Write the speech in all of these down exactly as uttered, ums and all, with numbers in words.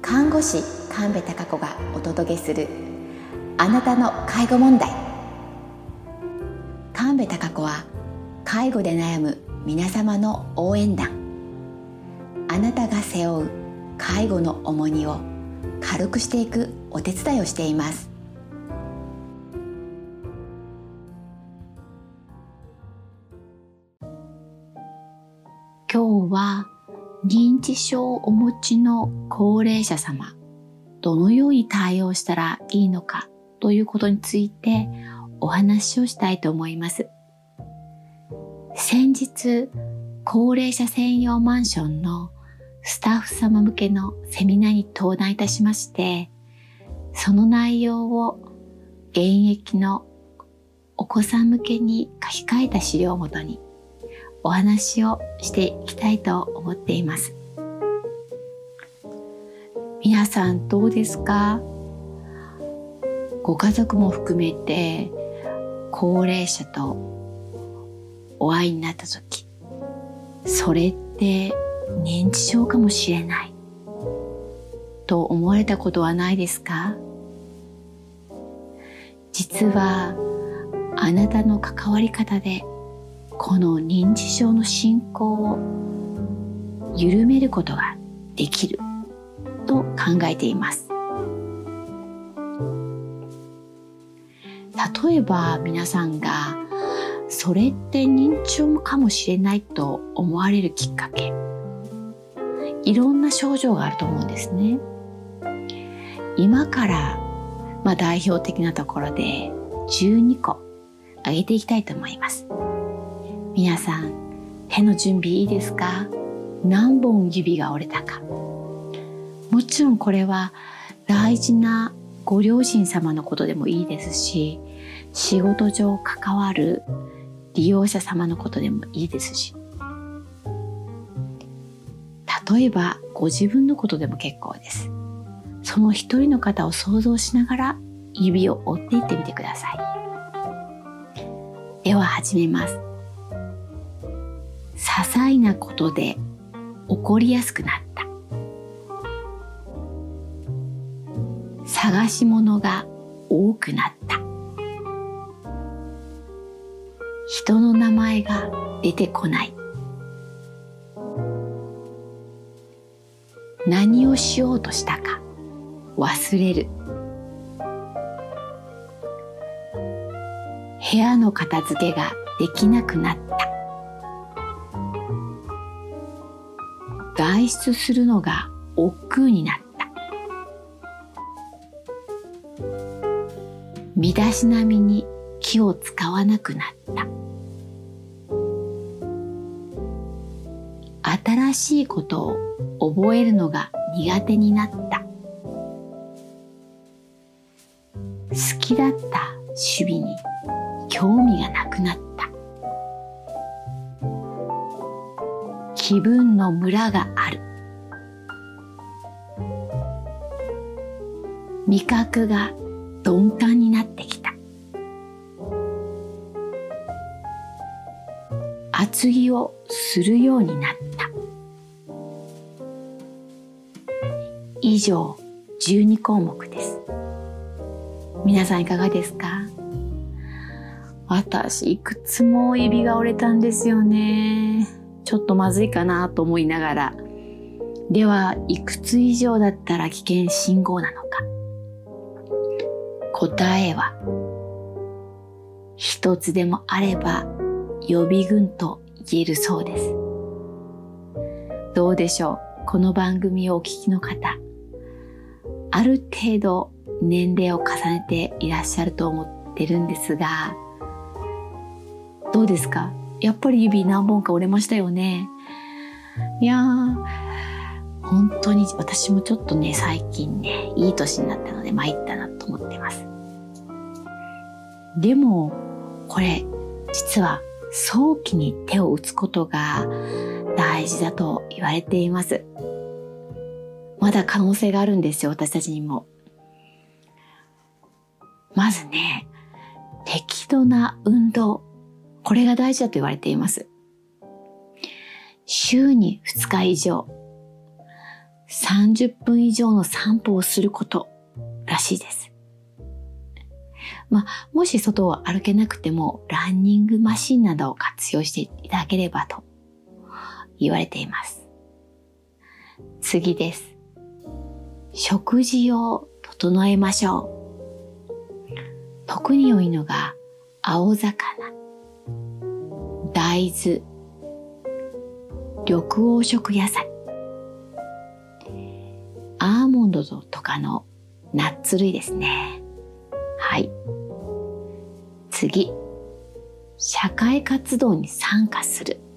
看護師神戸貴子がお届けするあなたの介護問題。神戸貴子は介護で悩む皆様の応援団。あなたが背負う介護の重荷を軽くしていくお手伝いをしています。今日は認知症をお持ちの高齢者様、どのように対応したらいいのかということについてお話をしたいと思います。先日、高齢者専用マンションのスタッフ様向けのセミナーに登壇いたしまして、その内容を現役のお子さん向けに書き換えた資料をもとにお話をしていきたいと思っています。皆さんどうですか？ご家族も含めて高齢者とお会いになったとき、それって認知症かもしれないと思われたことはないですか？実はあなたの関わり方でこの認知症の進行を緩めることができると考えています。例えば皆さんがそれって認知症かもしれないと思われるきっかけ、いろんな症状があると思うんですね。今から、まあ、代表的なところでじゅうにこ挙げていきたいと思います。皆さん、手の準備いいですか？何本指が折れたか。もちろんこれは大事なご両親様のことでもいいですし、仕事上関わる利用者様のことでもいいですし、例えばご自分のことでも結構です。その一人の方を想像しながら指を折っていってみてください。では始めます。些細なことで起こりやすくなった。探し物が多くなった。人の名前が出てこない。何をしようとしたか忘れる。部屋の片付けができなくなった。外出するのが億劫になった。身だしなみに気を使わなくなった。新しいことを覚えるのが苦手になった。好きだった趣味に興味がなくなった。気分のムラがある。味覚が鈍感になってきた。厚着をするようになった。以上じゅうにこうもくです。皆さんいかがですか？私いくつも指が折れたんですよね。ちょっとまずいかなと思いながら、ではいくつ以上だったら危険信号なのか。答えは一つでもあれば予備軍と言えるそうです。どうでしょう？この番組をお聞きの方、ある程度年齢を重ねていらっしゃると思ってるんですが、どうですか？やっぱり指何本か折れましたよね。いやー、本当に私もちょっとね、最近ね、いい年になったので参ったなと思ってます。でも、これ、実は早期に手を打つことが大事だと言われています。まだ可能性があるんですよ、私たちにも。まずね、適度な運動。これが大事だと言われています。週にふつか以上、 さんじゅっぷん以上の散歩をすることらしいです。まあ、もし外を歩けなくてもランニングマシンなどを活用していただければと言われています。次です。食事を整えましょう。特に良いのが青魚、大豆、緑黄色野菜、アーモンドとかのナッツ類ですね。はい。次、社会活動に参加する。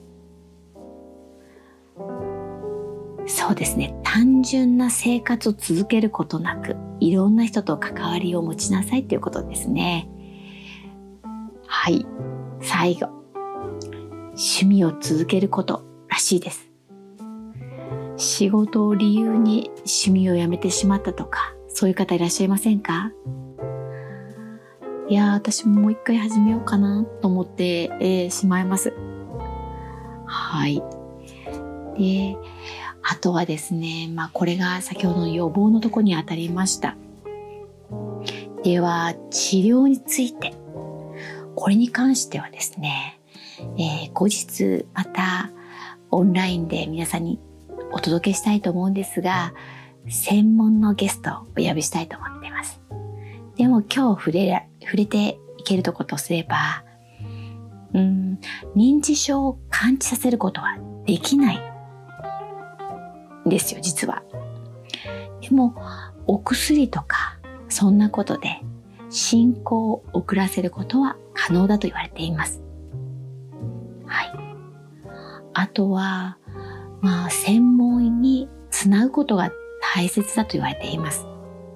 そうですね。単純な生活を続けることなく、いろんな人と関わりを持ちなさいということですね。はい。最後、趣味を続けることらしいです。仕事を理由に趣味をやめてしまったとか、そういう方いらっしゃいませんか？いやー、私ももう一回始めようかなと思って、えー、しまいます。はい。で、あとはですね、まあこれが先ほどの予防のところに当たりました。では、治療について。これに関してはですね、えー、後日またオンラインで皆さんにお届けしたいと思うんですが、専門のゲストをお呼びしたいと思っています。でも今日触れ、触れていけるところとすれば、うーん、認知症を感知させることはできないんですよ、実は。でも、お薬とか、そんなことで進行を遅らせることは可能だと言われています。はい。あとは、まあ、専門医につなぐことが大切だと言われています。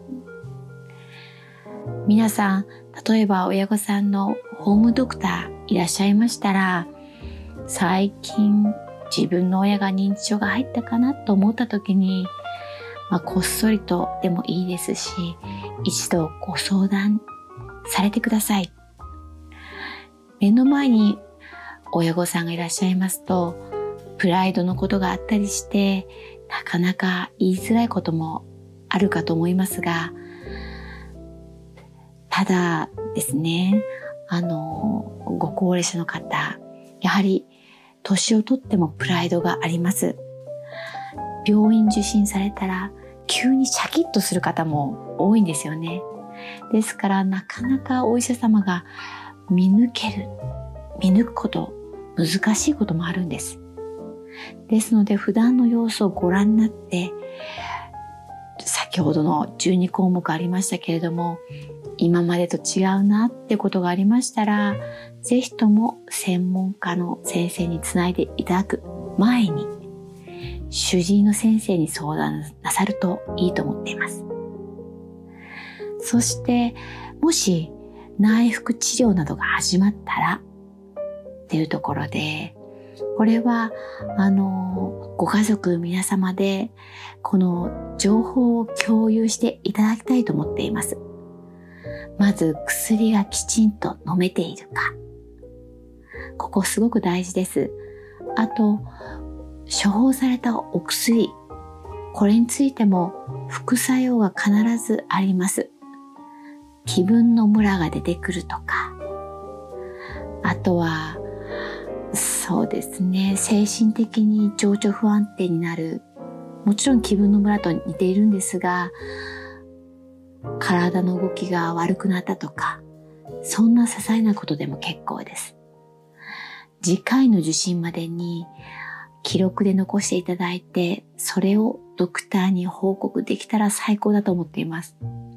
皆さん、例えば親御さんのホームドクターいらっしゃいましたら、最近自分の親が認知症が入ったかなと思った時に、まあ、こっそりとでもいいですし、一度ご相談されてください。目の前に親御さんがいらっしゃいますと、プライドのことがあったりして、なかなか言いづらいこともあるかと思いますが、ただですね、あの、ご高齢者の方、やはり年をとってもプライドがあります。病院受診されたら、急にシャキッとする方も多いんですよね。ですから、なかなかお医者様が見抜ける、見抜くこと、難しいこともあるんです。ですので、普段の様子をご覧になって、先ほどのじゅうにこうもくありましたけれども、今までと違うなってことがありましたら、ぜひとも専門家の先生につないでいただく前に、主治医の先生に相談なさるといいと思っています。そして、もし内服治療などが始まったらっていうところで、これはあのご家族皆様でこの情報を共有していただきたいと思っています。まず薬がきちんと飲めているか、ここすごく大事です。あと処方されたお薬、これについても副作用が必ずあります。気分のムラが出てくるとか、あとはそうですね、精神的に情緒不安定になる、もちろん気分のムラと似ているんですが、体の動きが悪くなったとか、そんな些細なことでも結構です。次回の受診までに記録で残していただいて、それをドクターに報告できたら最高だと思っています。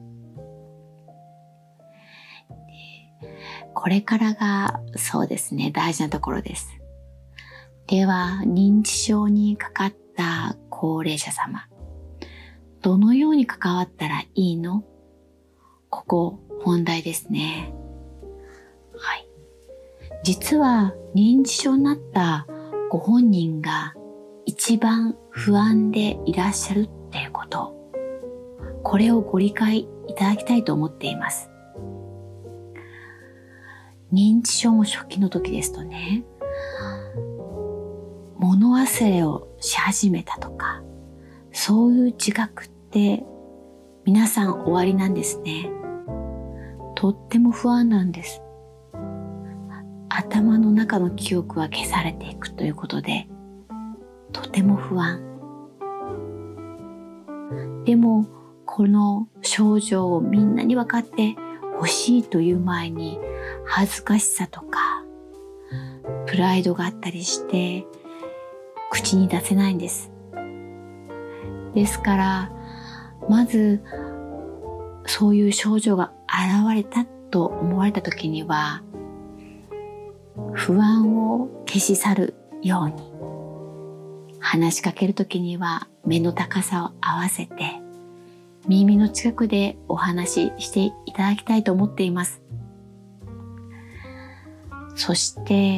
これからがそうですね、大事なところです。では、認知症にかかった高齢者様、どのように関わったらいいの？ここ本題ですね。はい。実は認知症になったご本人が一番不安でいらっしゃるっていうこと、これをご理解いただきたいと思っています。認知症も初期の時ですとね、物忘れをし始めたとか、 そういう自覚って皆さんおありなんですね。とっても不安なんです。頭の中の記憶は消されていくということで、とても不安。でも、この症状をみんなに分かってほしいという前に、恥ずかしさとか、プライドがあったりして、口に出せないんです。ですから、まず、そういう症状が現れたと思われたときには、不安を消し去るように、話しかけるときには目の高さを合わせて、耳の近くでお話ししていただきたいと思っています。そして、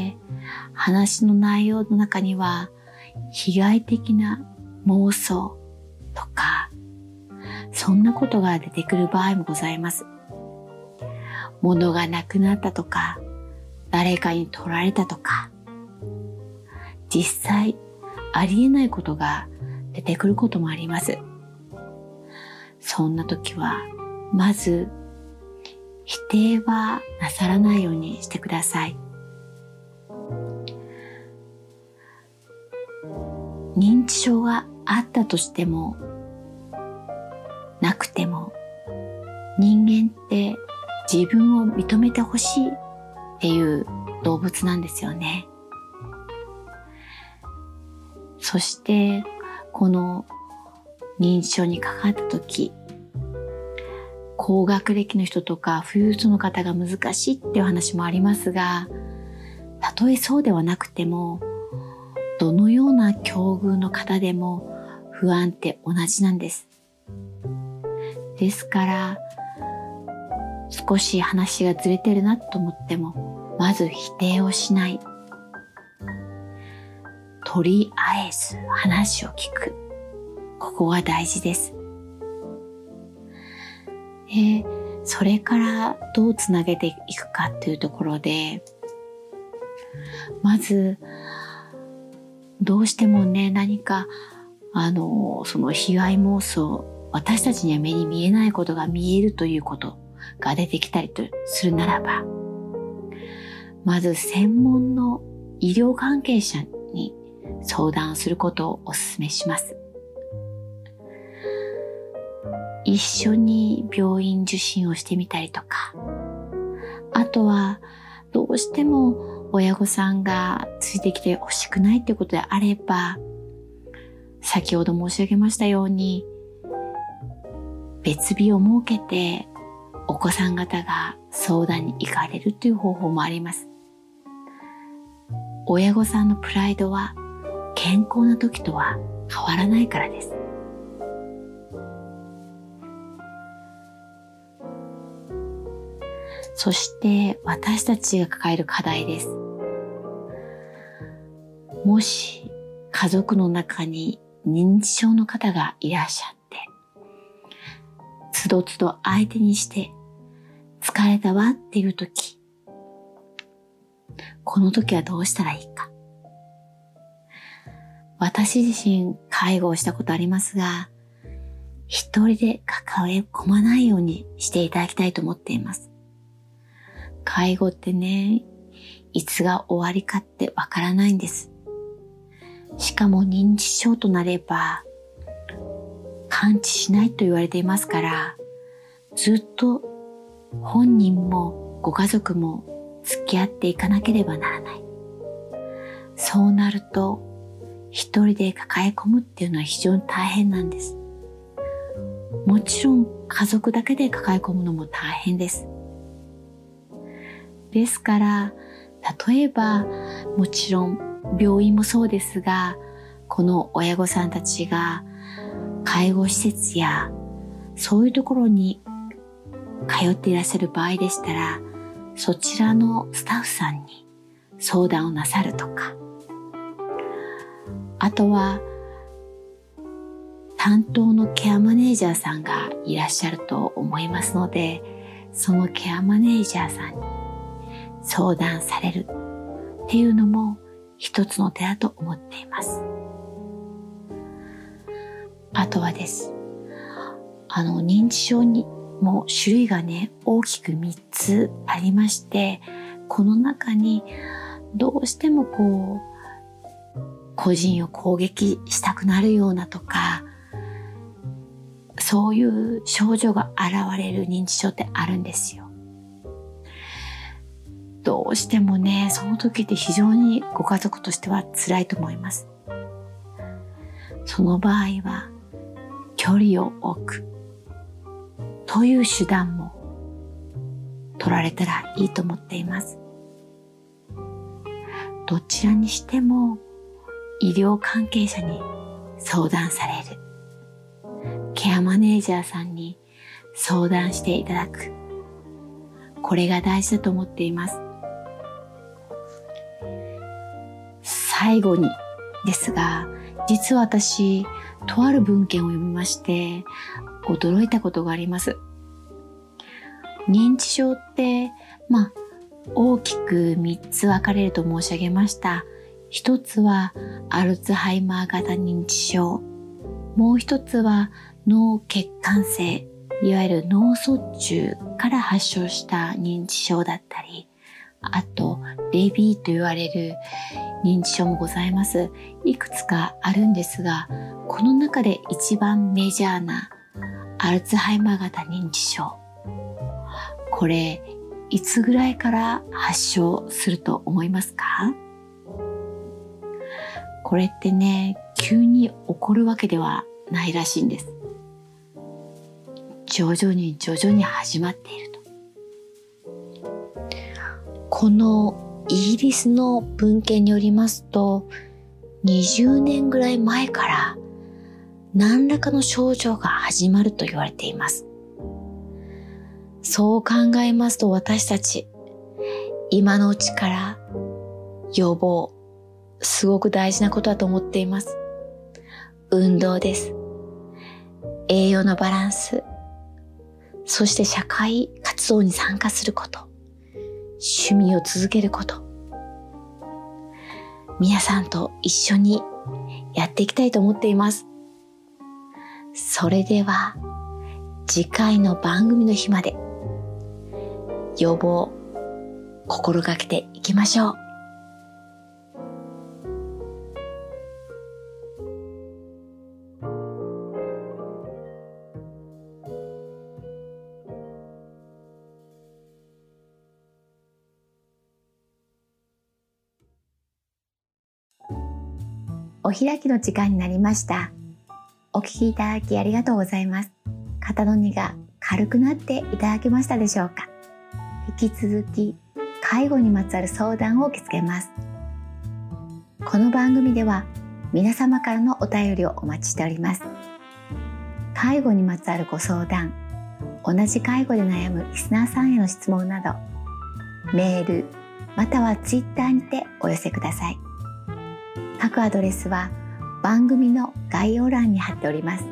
話の内容の中には、被害的な妄想とか、そんなことが出てくる場合もございます。物がなくなったとか、誰かに取られたとか、実際ありえないことが出てくることもあります。そんな時は、まず否定はなさらないようにしてください。認知症があったとしても、なくても、人間って自分を認めてほしいっていう動物なんですよね。そして、この認知症にかかった時、高学歴の人とか富裕層の方が難しいっていう話もありますが、たとえそうではなくても、どのような境遇の方でも不安って同じなんです。ですから、少し話がずれてるなと思っても、まず否定をしない。とりあえず話を聞く。ここが大事です。で、それからどうつなげていくかというところで、まず、どうしてもね、何か、あの、その被害妄想、私たちには目に見えないことが見えるということが出てきたりとするならば、まず専門の医療関係者に相談することをお勧めします。一緒に病院受診をしてみたりとか、あとはどうしても親御さんがついてきてほしくないということであれば、先ほど申し上げましたように、別日を設けてお子さん方が相談に行かれるという方法もあります。親御さんのプライドは健康な時とは変わらないからです。そして私たちが抱える課題です。もし家族の中に認知症の方がいらっしゃって、つどつど相手にして疲れたわっていう時、この時はどうしたらいいか。私自身介護をしたことありますが、一人で抱え込まないようにしていただきたいと思っています。介護ってね、いつが終わりかってわからないんです。しかも認知症となれば、完治しないと言われていますから、ずっと本人もご家族も付き合っていかなければならない。そうなると、一人で抱え込むっていうのは非常に大変なんです。もちろん家族だけで抱え込むのも大変です。ですから、例えば、もちろん病院もそうですが、この親御さんたちが介護施設やそういうところに通っていらっしゃる場合でしたら、そちらのスタッフさんに相談をなさるとか、あとは担当のケアマネージャーさんがいらっしゃると思いますので、そのケアマネージャーさんに相談されるっていうのも一つの手だと思っています。 あとはです。あの、認知症にも種類がね、大きくみっつありまして、この中にどうしてもこう、個人を攻撃したくなるようなとか、そういう症状が現れる認知症ってあるんですよ。どうしてもね、その時って非常にご家族としては辛いと思います。その場合は、距離を置くという手段も取られたらいいと思っています。どちらにしても医療関係者に相談される。ケアマネージャーさんに相談していただく。これが大事だと思っています。最後にですが、実は私、とある文献を読みまして、驚いたことがあります。認知症って、まあ、大きくみっつ分かれると申し上げました。一つはアルツハイマー型認知症。もう一つは脳血管性、いわゆる脳卒中から発症した認知症だったり、あとレビーと言われる認知症もございます。いくつかあるんですが、この中で一番メジャーなアルツハイマー型認知症。これ、いつぐらいから発症すると思いますか？これってね、急に起こるわけではないらしいんです。徐々に徐々に始まっていると。このイギリスの文献によりますと、にじゅうねんぐらい前から何らかの症状が始まると言われています。そう考えますと、私たち今のうちから予防、すごく大事なことだと思っています。運動です。栄養のバランス、そして社会活動に参加すること、趣味を続けること、皆さんと一緒にやっていきたいと思っています。それでは次回の番組の日まで予防心がけていきましょう。お開きの時間になりました。お聞きいただきありがとうございます。肩の荷が軽くなっていただけましたでしょうか。引き続き介護にまつわる相談を受け付けます。この番組では皆様からのお便りをお待ちしております。介護にまつわるご相談、同じ介護で悩むリスナーさんへの質問など、メールまたはツイッターにてお寄せください。各アドレスは番組の概要欄に貼っております。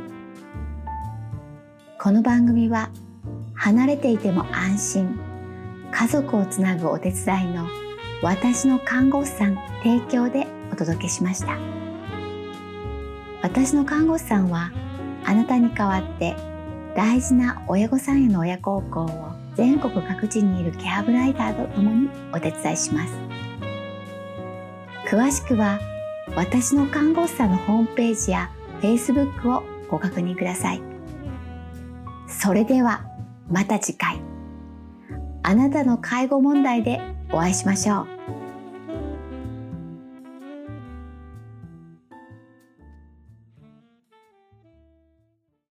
この番組は離れていても安心、家族をつなぐお手伝いの私の看護師さん提供でお届けしました。私の看護師さんはあなたに代わって大事な親御さんへの親孝行を全国各地にいるケアブライダーとともにお手伝いします。詳しくは私の看護師さんのホームページや Facebook をご確認ください。それではまた次回、あなたの介護問題でお会いしましょう。